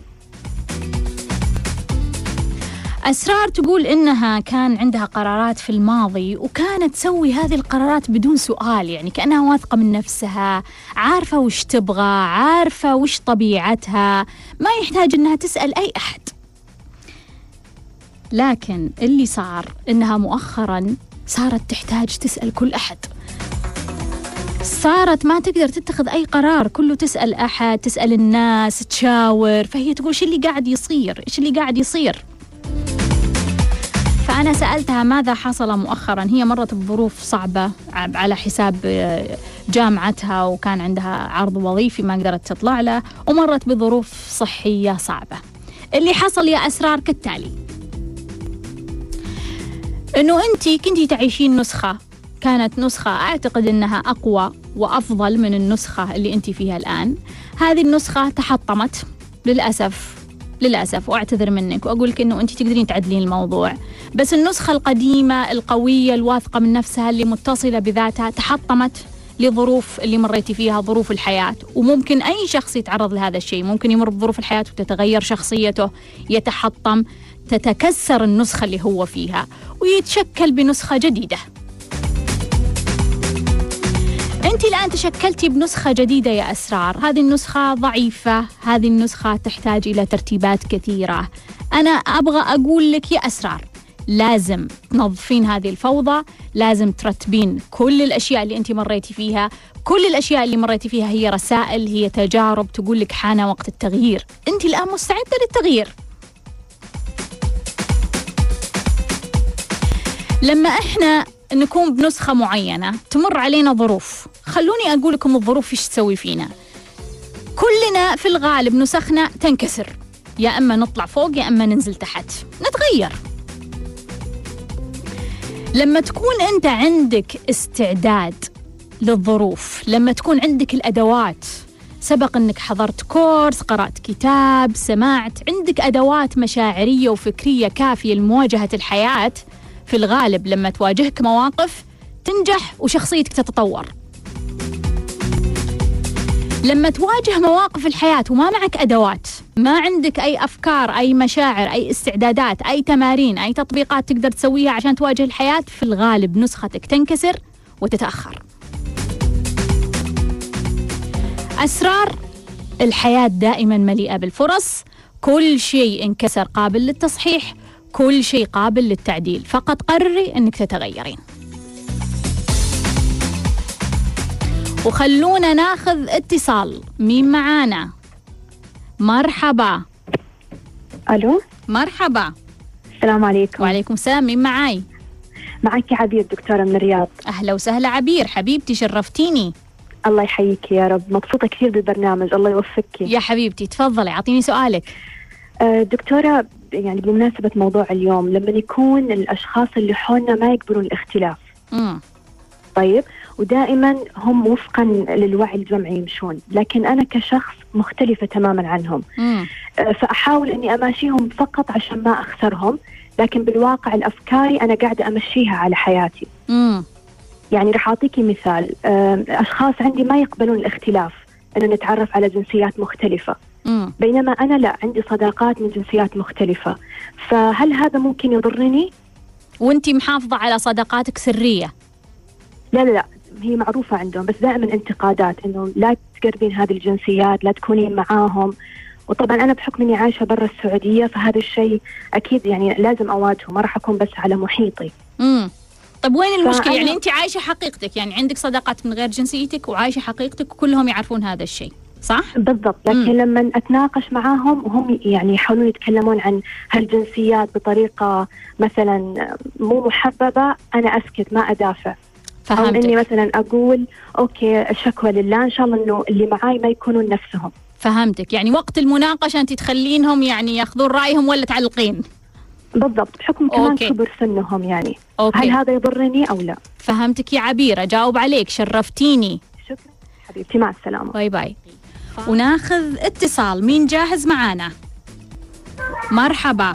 أسرار تقول إنها كان عندها قرارات في الماضي وكانت تسوي هذه القرارات بدون سؤال، يعني كأنها واثقة من نفسها، عارفة وش تبغى، عارفة وش طبيعتها، ما يحتاج إنها تسأل أي أحد. لكن اللي صار إنها مؤخراً صارت تحتاج تسأل كل أحد، صارت ما تقدر تتخذ أي قرار، كله تسأل أحد، تسأل الناس، تشاور. فهي تقول إيش اللي قاعد يصير، إيش اللي قاعد يصير. فأنا سألتها ماذا حصل مؤخراً. هي مرت بظروف صعبة على حساب جامعتها، وكان عندها عرض وظيفي ما قدرت تطلع له، ومرت بظروف صحية صعبة. اللي حصل يا أسرار كالتالي، إنه أنتي كنتي تعيشين نسخة، كانت نسخة أعتقد أنها أقوى وأفضل من النسخة اللي أنتي فيها الآن. هذه النسخة تحطمت للأسف للأسف، وأعتذر منك وأقولك أنه أنتي تقدرين تعدلين الموضوع، بس النسخة القديمة القوية الواثقة من نفسها اللي متصلة بذاتها تحطمت لظروف اللي مريتي فيها، ظروف الحياة. وممكن أي شخص يتعرض لهذا الشيء، ممكن يمر بظروف الحياة وتتغير شخصيته، يتحطم، تتكسر النسخة اللي هو فيها ويتشكل بنسخة جديدة. أنت الآن تشكلتي بنسخة جديدة يا أسرار، هذه النسخة ضعيفة، هذه النسخة تحتاج إلى ترتيبات كثيرة. أنا أبغى أقول لك يا أسرار، لازم تنظفين هذه الفوضى، لازم ترتبين كل الأشياء اللي أنت مريتي فيها. كل الأشياء اللي مريتي فيها هي رسائل، هي تجارب تقول لك حان وقت التغيير. أنت الآن مستعدة للتغيير. لما إحنا نكون بنسخة معينة تمر علينا ظروف، خلوني أقول لكم الظروف إيش تسوي فينا. كلنا في الغالب نسخنا تنكسر، يا أما نطلع فوق يا أما ننزل تحت، نتغير. لما تكون أنت عندك استعداد للظروف، لما تكون عندك الأدوات، سبق أنك حضرت كورس، قرأت كتاب، سمعت، عندك أدوات مشاعرية وفكرية كافية لمواجهة الحياة، في الغالب لما تواجهك مواقف تنجح وشخصيتك تتطور. لما تواجه مواقف الحياة وما معك أدوات، ما عندك أي أفكار، أي مشاعر، أي استعدادات، أي تمارين، أي تطبيقات تقدر تسويها عشان تواجه الحياة، في الغالب نسختك تنكسر وتتأخر. أسرار الحياة دائما مليئة بالفرص، كل شيء انكسر قابل للتصحيح، كل شيء قابل للتعديل، فقط قرري أنك تتغيرين. وخلونا ناخذ اتصال. مين معانا؟ مرحبا. ألو مرحبا. السلام عليكم. وعليكم السلام. مين معاي؟ معك عبير دكتورة من الرياض. أهلا وسهلا عبير، حبيبتي شرفتيني. الله يحييك يا رب، مبسوطة كثير بالبرنامج، الله يوفقك يا حبيبتي. تفضلي أعطيني سؤالك. أه دكتورة، يعني بمناسبة موضوع اليوم، لما يكون الأشخاص اللي حولنا ما يقبلون الاختلاف، مم. طيب، ودائما هم وفقا للوعي الجمعي يمشون، لكن أنا كشخص مختلفة تماما عنهم. مم. أه فأحاول أني أماشيهم فقط عشان ما أخسرهم، لكن بالواقع الأفكاري أنا قاعدة أمشيها على حياتي. مم. يعني رح أعطيكي مثال، أشخاص عندي ما يقبلون الاختلاف، أنه نتعرف على جنسيات مختلفة. مم. بينما أنا لا، عندي صداقات من جنسيات مختلفة، فهل هذا ممكن يضرني؟ وانتي محافظة على صداقاتك سرية؟ لا لا لا، هي معروفة عندهم، بس دائما انتقادات إنه لا تقربين هذه الجنسيات، لا تكونين معاهم. وطبعا أنا بحكم إني عايشة برا السعودية فهذا الشيء أكيد يعني لازم أواجهه، ما راح أكون بس على محيطي. امم طب وين المشكلة؟ فأنا... يعني أنت عايشة حقيقتك، يعني عندك صداقات من غير جنسيتك وعايشة حقيقتك وكلهم يعرفون هذا الشيء، صح؟ بالضبط. لكن مم. لما أتناقش معاهم وهم يعني يحاولون يتكلمون عن هالجنسيات بطريقة مثلا مو محببة، أنا أسكت ما أدافع. فهمتك. أو إني مثلا أقول أوكي الشكوى لله، إن شاء الله إنه اللي معاي ما يكونون نفسهم. فهمتك. يعني وقت المناقشة أنت تخلينهم يعني ياخذون رأيهم ولا تعلقين؟ بالضبط، بحكم كمان كبر سنهم يعني. أوكي. هل هذا يضرني أو لا؟ فهمتك يا عبيرة، جاوب عليك، شرفتيني. شكرا حبيبتي، مع السلامة. باي باي. وناخذ اتصال، مين جاهز معانا؟ مرحبا.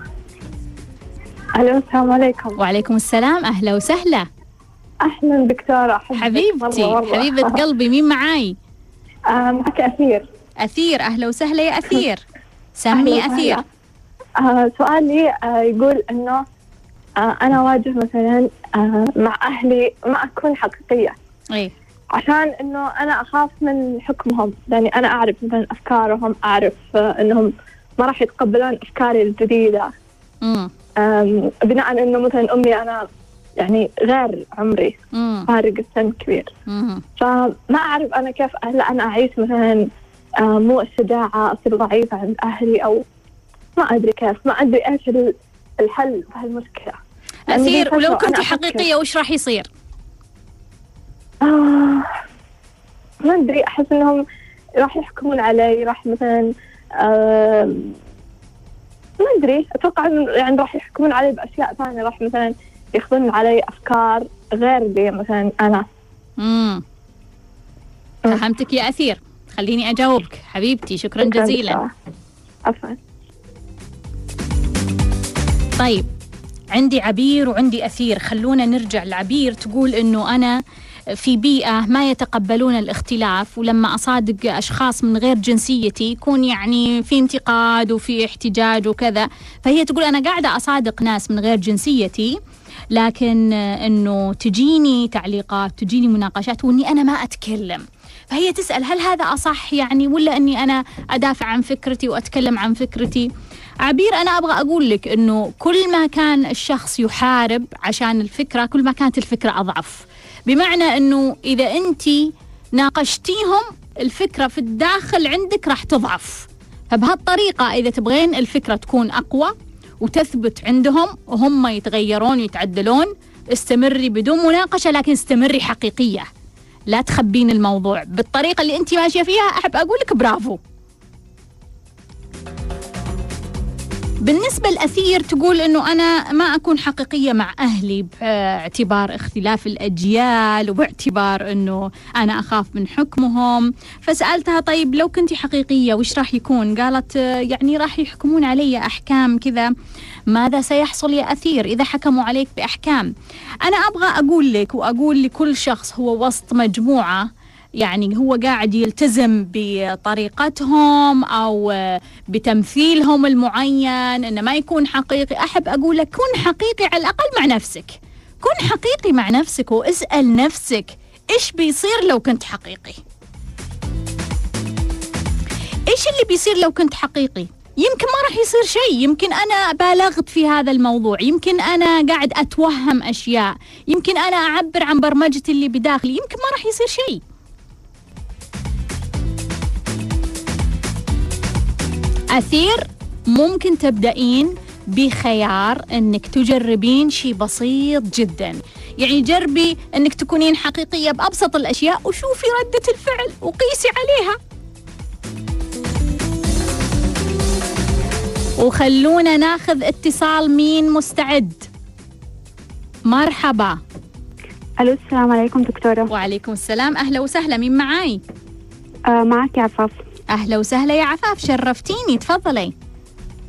ألو، السلام عليكم. وعليكم السلام، أهلا وسهلا. أهلا دكتورة. حبيبتي مرة مرة. حبيبة قلبي، مين معاي؟ آه معك أثير. أثير، أهلا وسهلا يا أثير. سامي أثير. آه سؤالي آه يقول إنه آه أنا أواجه مثلا آه مع أهلي ما أكون حقيقية. إيه. عشان إنه أنا أخاف من حكمهم، يعني أنا أعرف مثلا أفكارهم، أعرف آه إنهم ما راح يتقبلون أفكاري الجديدة. امم بناء إنه مثلا أمي أنا يعني غير عمري، مم. فارق السن كبير. مم. فما أعرف أنا كيف هلا أنا أعيش مثلا آه مو الشجاعة، أصير ضعيفة عند أهلي، أو ما أدري كيف، ما أدري إيش الحل في هالمشكلة. أثير، ولو كنت حقيقية وش راح يصير؟ آه ما أدري، أحس إنهم راح يحكمون علي، راح مثلا آه ما أدري، أتوقع يعني راح يحكمون علي بأشياء ثانية، راح مثلا ياخذون علي أفكار غير دي مثلا أنا. امم فهمتك يا أثير. خليني أجاوبك حبيبتي، شكرا جزيلا. عفوا. طيب، عندي عبير وعندي أثير. خلونا نرجع لعبير، تقول إنه أنا في بيئة ما يتقبلون الاختلاف، ولما أصادق أشخاص من غير جنسيتي يكون يعني في انتقاد وفي احتجاج وكذا. فهي تقول أنا قاعدة أصادق ناس من غير جنسيتي، لكن إنه تجيني تعليقات، تجيني مناقشات وإني أنا ما أتكلم. فهي تسأل هل هذا أصح يعني، ولا أني أنا أدافع عن فكرتي وأتكلم عن فكرتي؟ عبير، أنا أبغى أقول لك أنه كل ما كان الشخص يحارب عشان الفكرة كل ما كانت الفكرة أضعف. بمعنى أنه إذا أنت ناقشتيهم الفكرة في الداخل عندك راح تضعف. فبهالطريقة إذا تبغين الفكرة تكون أقوى وتثبت عندهم وهم يتغيرون ويتعدلون، استمري بدون مناقشة، لكن استمري حقيقية، لا تخبين الموضوع بالطريقة اللي أنت ماشية فيها. أحب أقول لك برافو. بالنسبة لأثير تقول إنه أنا ما أكون حقيقية مع أهلي باعتبار اختلاف الأجيال وباعتبار إنه أنا أخاف من حكمهم. فسألتها طيب لو كنتي حقيقية وش راح يكون؟ قالت يعني راح يحكمون علي أحكام كذا. ماذا سيحصل يا أثير إذا حكموا عليك بأحكام؟ أنا أبغى أقول لك وأقول لكل شخص هو وسط مجموعة يعني هو قاعد يلتزم بطريقتهم أو بتمثيلهم المعين إنه ما يكون حقيقي. أحب أقول لك كن حقيقي على الأقل مع نفسك، كن حقيقي مع نفسك واسأل نفسك إيش بيصير لو كنت حقيقي؟ إيش اللي بيصير لو كنت حقيقي؟ يمكن ما راح يصير شيء، يمكن أنا بالغت في هذا الموضوع، يمكن أنا قاعد أتوهم أشياء، يمكن أنا أعبر عن برمجتي اللي بداخلي، يمكن ما راح يصير شيء. أثير، ممكن تبدأين بخيار أنك تجربين شيء بسيط جدا. يعني جربي أنك تكونين حقيقية بأبسط الأشياء وشوفي ردة الفعل وقيسي عليها. وخلونا ناخذ اتصال. مين مستعد؟ مرحبا. ألو، السلام عليكم دكتورة. وعليكم السلام، أهلا وسهلا. مين معاي؟ آه معك يا عفاف. أهلا وسهلا يا عفاف، شرفتيني، تفضلي.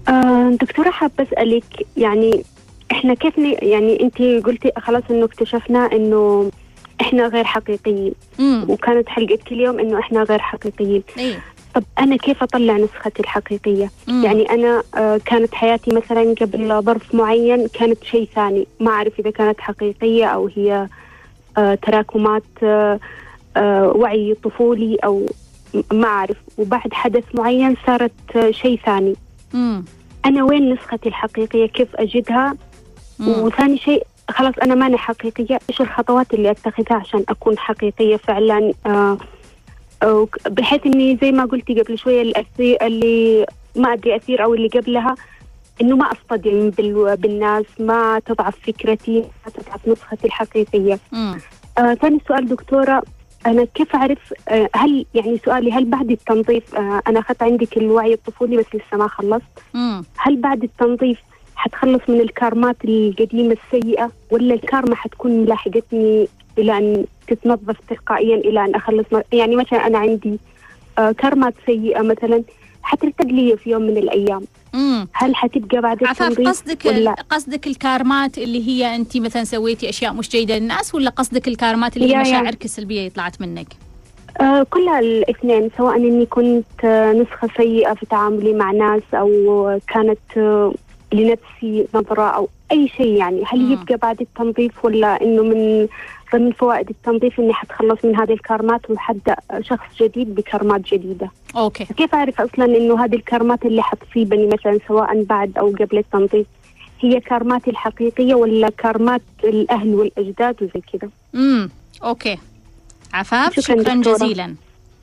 آه دكتورة حابة أسألك، يعني إحنا كيف يعني أنت قلتي خلاص إنه اكتشفنا إنه إحنا غير حقيقيين، مم. وكانت حلقتك اليوم إنه إحنا غير حقيقيين. إيه؟ طب أنا كيف أطلع نسختي الحقيقية؟ مم. يعني أنا آه كانت حياتي مثلا قبل ظرف معين كانت شيء ثاني، ما أعرف إذا كانت حقيقية أو هي آه تراكمات آه آه وعي طفولي أو ما أعرف، وبعد حدث معين صارت آه شيء ثاني. مم. أنا وين نسختي الحقيقية؟ كيف أجدها؟ مم. وثاني شيء خلاص أنا ماني حقيقية، إيش الخطوات اللي أتخذها عشان أكون حقيقية فعلا؟ آه بحيث إني زي ما قلتي قبل شوية الأثير اللي ما أدري أثير أو اللي قبلها، إنه ما أصطدم بالناس، ما تضعف فكرتي، ما تضعف نسختي الحقيقية. آه ثاني سؤال دكتورة، أنا كيف أعرف آه هل يعني سؤالي هل بعد التنظيف آه أنا أخذت عندك الوعي الطفولي بس لسه ما خلصت، مم. هل بعد التنظيف حتخلص من الكارمات القديمة السيئة، ولا الكارما حتكون لاحقتني إلى أن تتنظف تلقائيا إلى أن أخلص؟ يعني مثلا أنا عندي آه كارمات سيئة مثلا حترتد لي في يوم من الأيام، مم. هل حتبقى بعد عفاف التنظيف قصدك ولا؟ قصدك الكارمات اللي هي أنت مثلا سويتي أشياء مش جيدة للناس، ولا قصدك الكارمات اللي هي مشاعرك السلبية طلعت منك؟ آه كلها الاثنين، سواء أني كنت آه نسخة سيئة في تعاملي مع ناس، أو كانت آه لنفسي نظرة أو أي شيء، يعني هل مم. يبقى بعد التنظيف، ولا إنه من ضمن فوائد التنظيف إني حتخلص من هذه الكارمات وحبدأ شخص جديد بكارمات جديدة؟ أوكي. كيف أعرف أصلا إنه هذه الكارمات اللي حتصيبني مثلا سواء بعد أو قبل التنظيف هي كارماتي الحقيقية ولا كارمات الأهل والأجداد وزي كذا؟ امم أوكي. عفاف شكرا, شكرا جزيلا.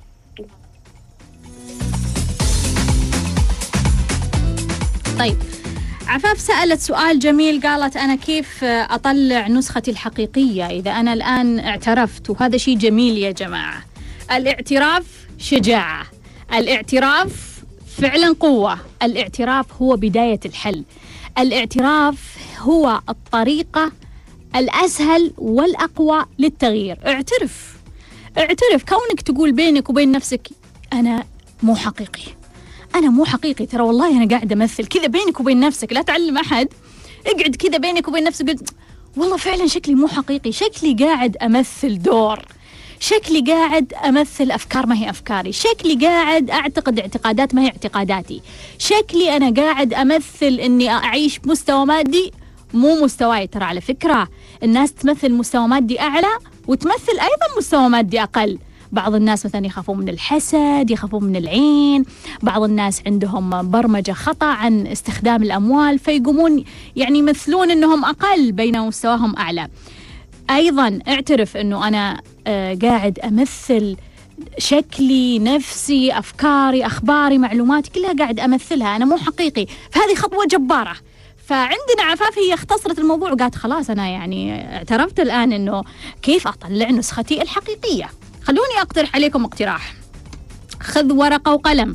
طيب عفاف سألت سؤال جميل، قالت أنا كيف أطلع نسختي الحقيقية إذا أنا الآن اعترفت؟ وهذا شيء جميل يا جماعة. الاعتراف شجاعة، الاعتراف فعلا قوة، الاعتراف هو بداية الحل، الاعتراف هو الطريقة الأسهل والأقوى للتغيير. اعترف اعترف كونك تقول بينك وبين نفسك أنا مو حقيقي، أنا مو حقيقي، ترى والله أنا قاعد أمثل كذا بينك وبين نفسك، لا تعلم أحد، اقعد كذا بينك وبين نفسك قلت والله فعلا شكلي مو حقيقي، شكلي قاعد أمثل دور، شكلي قاعد أمثل أفكار ما هي أفكاري، شكلي قاعد أعتقد اعتقادات ما هي اعتقاداتي، شكلي أنا قاعد أمثل أني أعيش مستوى مادي مو مستواي. ترى على فكرة الناس تمثل مستوى مادي أعلى وتمثل أيضا مستوى مادي أقل. بعض الناس مثلا يخافون من الحسد، يخافون من العين، بعض الناس عندهم برمجة خطأ عن استخدام الأموال فيقومون يعني يمثلون أنهم أقل بينما مستواهم أعلى. أيضا اعترف أنه أنا آه قاعد أمثل شكلي، نفسي، أفكاري، أخباري، معلوماتي كلها قاعد أمثلها، أنا مو حقيقي. فهذه خطوة جبارة. فعندنا عفاف هي اختصرت الموضوع وقالت خلاص أنا يعني اعترفت الآن أنه كيف أطلع نسختي الحقيقية. خلوني أقترح عليكم اقتراح. خذ ورقة وقلم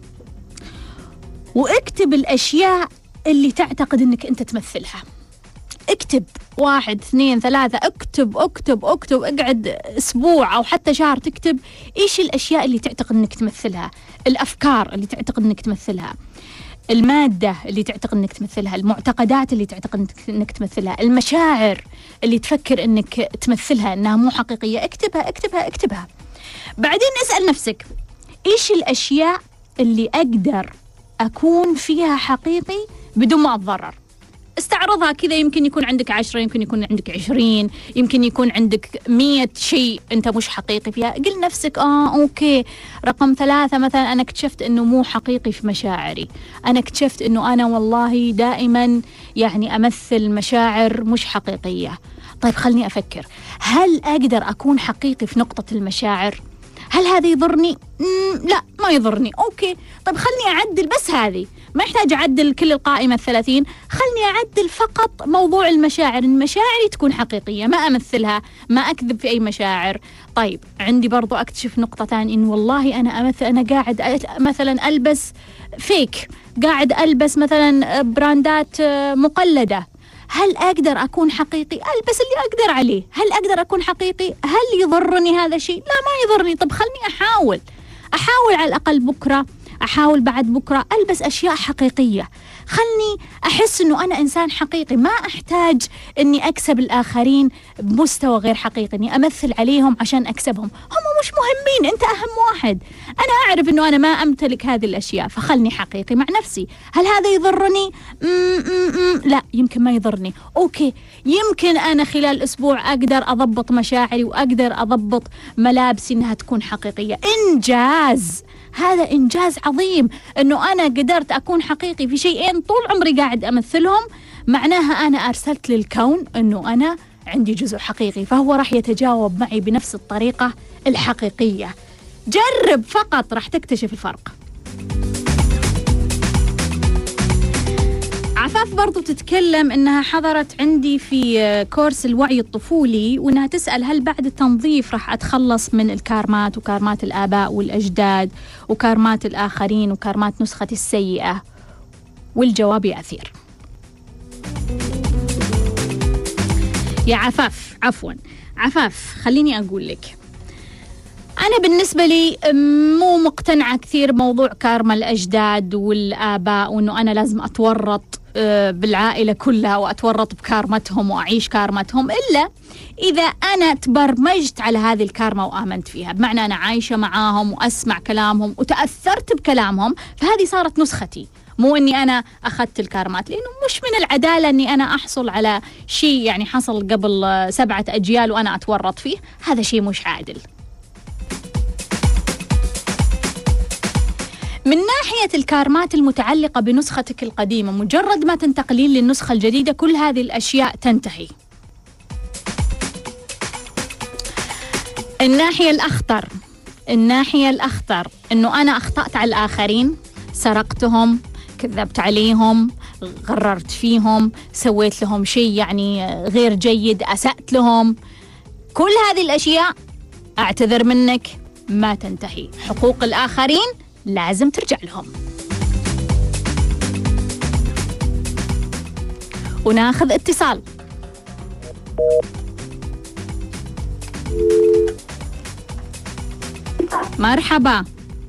واكتب الأشياء اللي تعتقد أنك أنت تمثلها. اكتب واحد اثنين ثلاثة، اكتب اكتب اكتب اقعد أسبوع أو حتى شهر تكتب إيش الأشياء اللي تعتقد أنك تمثلها، الأفكار اللي تعتقد أنك تمثلها، المادة اللي تعتقد أنك تمثلها، المعتقدات اللي تعتقد أنك تمثلها، المشاعر اللي تفكر أنك تمثلها أنها مو حقيقية. اكتبها اكتبها اكتبها. بعدين اسأل نفسك إيش الأشياء اللي أقدر أكون فيها حقيقي بدون ما أتضرر. استعرضها كذا، يمكن يكون عندك عشرة، يمكن يكون عندك عشرين، يمكن يكون عندك مية شيء أنت مش حقيقي فيها. قل نفسك آه أوكي رقم ثلاثة مثلا أنا اكتشفت أنه مو حقيقي في مشاعري، أنا اكتشفت أنه أنا والله دائما يعني أمثل مشاعر مش حقيقية. طيب خلني أفكر، هل أقدر أكون حقيقي في نقطة المشاعر؟ هل هذا يضرني؟ لا ما يضرني. أوكي طيب خلني أعدل بس هذه، ما يحتاج أعدل كل القائمة الثلاثين، خلني أعدل فقط موضوع المشاعر، المشاعر تكون حقيقية ما أمثلها، ما أكذب في أي مشاعر. طيب عندي برضو أكتشف نقطة ثانية، إن والله أنا أمثل أنا قاعد مثلا ألبس فيك، قاعد ألبس مثلا براندات مقلدة، هل أقدر أكون حقيقي؟ ألبس اللي أقدر عليه. هل أقدر أكون حقيقي؟ هل يضرني هذا الشيء؟ لا ما يضرني. طب خلني أحاول أحاول على الأقل بكرة أحاول بعد بكرة ألبس أشياء حقيقية. خلني أحس أنه أنا إنسان حقيقي، ما أحتاج أني أكسب الآخرين بمستوى غير حقيقي، أني أمثل عليهم عشان أكسبهم. هم مش مهمين، أنت أهم واحد. أنا أعرف أنه أنا ما أمتلك هذه الأشياء، فخلني حقيقي مع نفسي. هل هذا يضرني؟ م -م -م لا، يمكن ما يضرني. أوكي، يمكن أنا خلال أسبوع أقدر أضبط مشاعري وأقدر أضبط ملابسي أنها تكون حقيقية. إنجاز، هذا إنجاز عظيم أنه أنا قدرت أكون حقيقي في شيئين طول عمري قاعد أمثلهم. معناها أنا أرسلت للكون أنه أنا عندي جزء حقيقي، فهو راح يتجاوب معي بنفس الطريقة الحقيقية. جرب فقط، راح تكتشف الفرق. عفاف برضو تتكلم إنها حضرت عندي في كورس الوعي الطفولي، وإنها تسأل هل بعد التنظيف راح أتخلص من الكارمات وكارمات الآباء والأجداد وكارمات الآخرين وكارمات نسختي السيئة، والجواب يأثير. يا عفاف، عفوا عفاف، خليني أقول لك، أنا بالنسبة لي مو مقتنعة كثير بموضوع كارما الأجداد والآباء، وأنه أنا لازم أتورط بالعائلة كلها وأتورط بكارمتهم وأعيش كارمتهم، إلا إذا أنا تبرمجت على هذه الكارما وآمنت فيها. بمعنى أنا عايشة معاهم وأسمع كلامهم وتأثرت بكلامهم، فهذه صارت نسختي، مو أني أنا أخذت الكارمات. لأنه مش من العدالة أني أنا أحصل على شيء يعني حصل قبل سبعة أجيال وأنا أتورط فيه، هذا شيء مش عادل. من ناحية الكارمات المتعلقة بنسختك القديمة، مجرد ما تنتقلين للنسخة الجديدة كل هذه الأشياء تنتهي. الناحية الأخطر الناحية الأخطر أنه أنا أخطأت على الآخرين، سرقتهم، كذبت عليهم، غررت فيهم، سويت لهم شيء يعني غير جيد، أسأت لهم. كل هذه الأشياء أعتذر منك، ما تنتهي. حقوق الآخرين لازم ترجع لهم. وناخذ اتصال. مرحبا.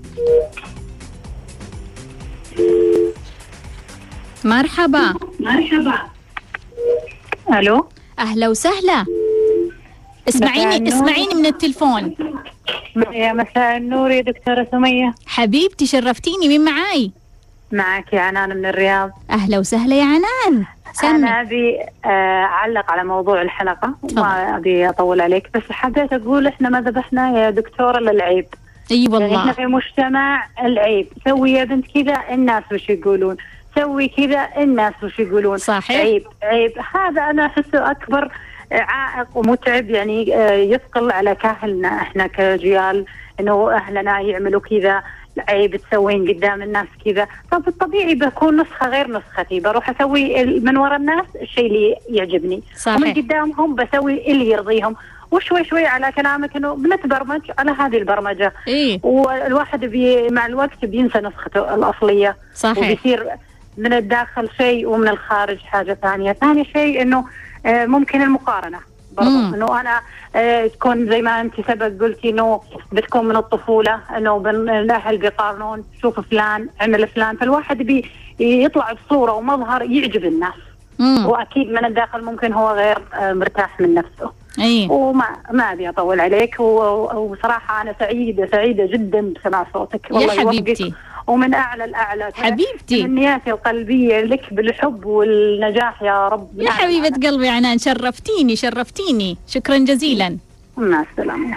مرحبا. مرحبا. الو، اهلا وسهلا. اسمعيني اسمعيني من التلفون. يا مساء النور يا دكتورة سمية. حبيبتي شرفتيني. مين معاي؟ معك يا عنان من الرياض. اهلا وسهلا يا عنان. سمي. انا ابي اعلق على موضوع الحلقة، ما ابي اطول عليك، بس حبيت اقول احنا ما ذبحنا يا دكتورة للعيب. اي والله، يعني احنا في مجتمع العيب. سوي يا بنت كذا الناس وش يقولون، سوي كذا الناس وش يقولون. صحيح. عيب عيب، هذا انا احسه اكبر عائق ومتعب، يعني يثقل على كاهلنا احنا كرجال، انه اهلنا يعملوا كذا، عيب تسوين قدام الناس كذا. طب الطبيعي بكون نسخة غير نسختي، بروح اسوي من وراء الناس الشيء اللي يعجبني. صحيح. ومن قدامهم بسوي اللي يرضيهم. وشوي شوي على كلامك انه بنتبرمج على هذه البرمجة. إيه؟ والواحد بي مع الوقت بينسى نسخته الأصلية. صحيح. وبيصير من الداخل شيء ومن الخارج حاجة ثانية. ثاني شيء انه ممكن المقارنة برضو، انه انا تكون زي ما انت سبق قلتي انه بتكون من الطفولة، انه الاهل بيقارنون، شوف فلان عمل فلان، فالواحد بي يطلع بصورة ومظهر يعجب الناس. مم. واكيد من الداخل ممكن هو غير مرتاح من نفسه. أيه. وما ما ابي اطول عليك، وصراحه انا سعيده سعيده جدا بسماع صوتك. والله يا حبيبتي، ومن اعلى الاعلى حبيبتي، تمنياتي القلبيه لك بالحب والنجاح يا رب. يا حبيبه قلبي عنان، شرفتيني شرفتيني، شكرا جزيلا. مع السلامه.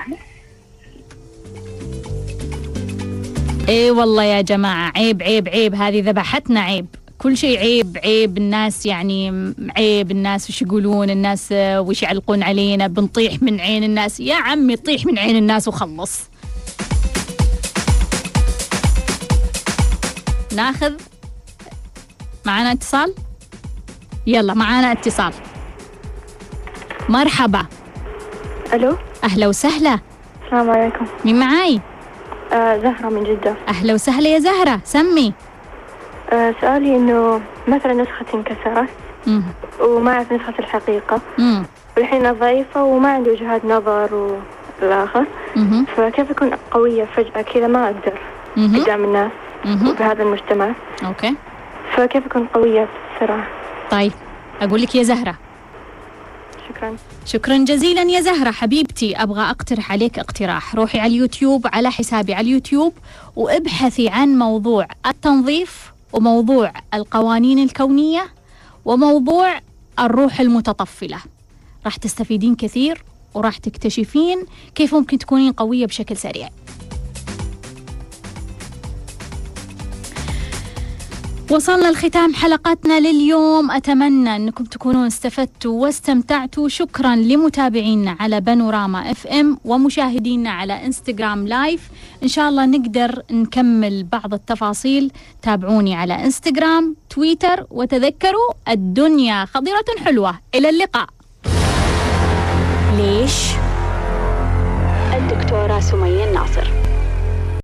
اي والله يا جماعه، عيب عيب عيب، هذه ذبحتنا. عيب، كل شيء عيب عيب. الناس يعني عيب، الناس وش يقولون، الناس وش يعلقون علينا، بنطيح من عين الناس. يا عمي طيح من عين الناس وخلص. ناخذ معنا اتصال. يلا معنا اتصال. مرحبا. الو، اهلا وسهلا. السلام عليكم. مين معاي؟ آه زهرة من جدة. اهلا وسهلا يا زهرة، سمي. آه سؤالي إنه مثلا نسختي انكسرت وما أعرف نسخة الحقيقة، مم. والحين ضعيفة وما عندي وجهات نظر والآخر، فكيف أكون قوية فجأة كذا ما أقدر قدام الناس؟ بهذا المجتمع. أوكي. فكيف أكون قوية بسرعة؟ طيب أقول لك يا زهرة. شكرا. شكرا جزيلا يا زهرة حبيبتي. أبغى أقترح عليك اقتراح، روحي على اليوتيوب، على حسابي على اليوتيوب، وابحثي عن موضوع التنظيف وموضوع القوانين الكونية وموضوع الروح المتطفلة. راح تستفيدين كثير وراح تكتشفين كيف ممكن تكونين قوية بشكل سريع. وصلنا لختام حلقتنا لليوم، أتمنى أنكم تكونون استفدتوا واستمتعتوا. شكرا لمتابعينا على بانوراما اف ام ومشاهدينا على انستغرام لايف. إن شاء الله نقدر نكمل بعض التفاصيل. تابعوني على انستغرام، تويتر، وتذكروا الدنيا خضرة حلوة. إلى اللقاء. ليش؟ الدكتورة سمية الناصر.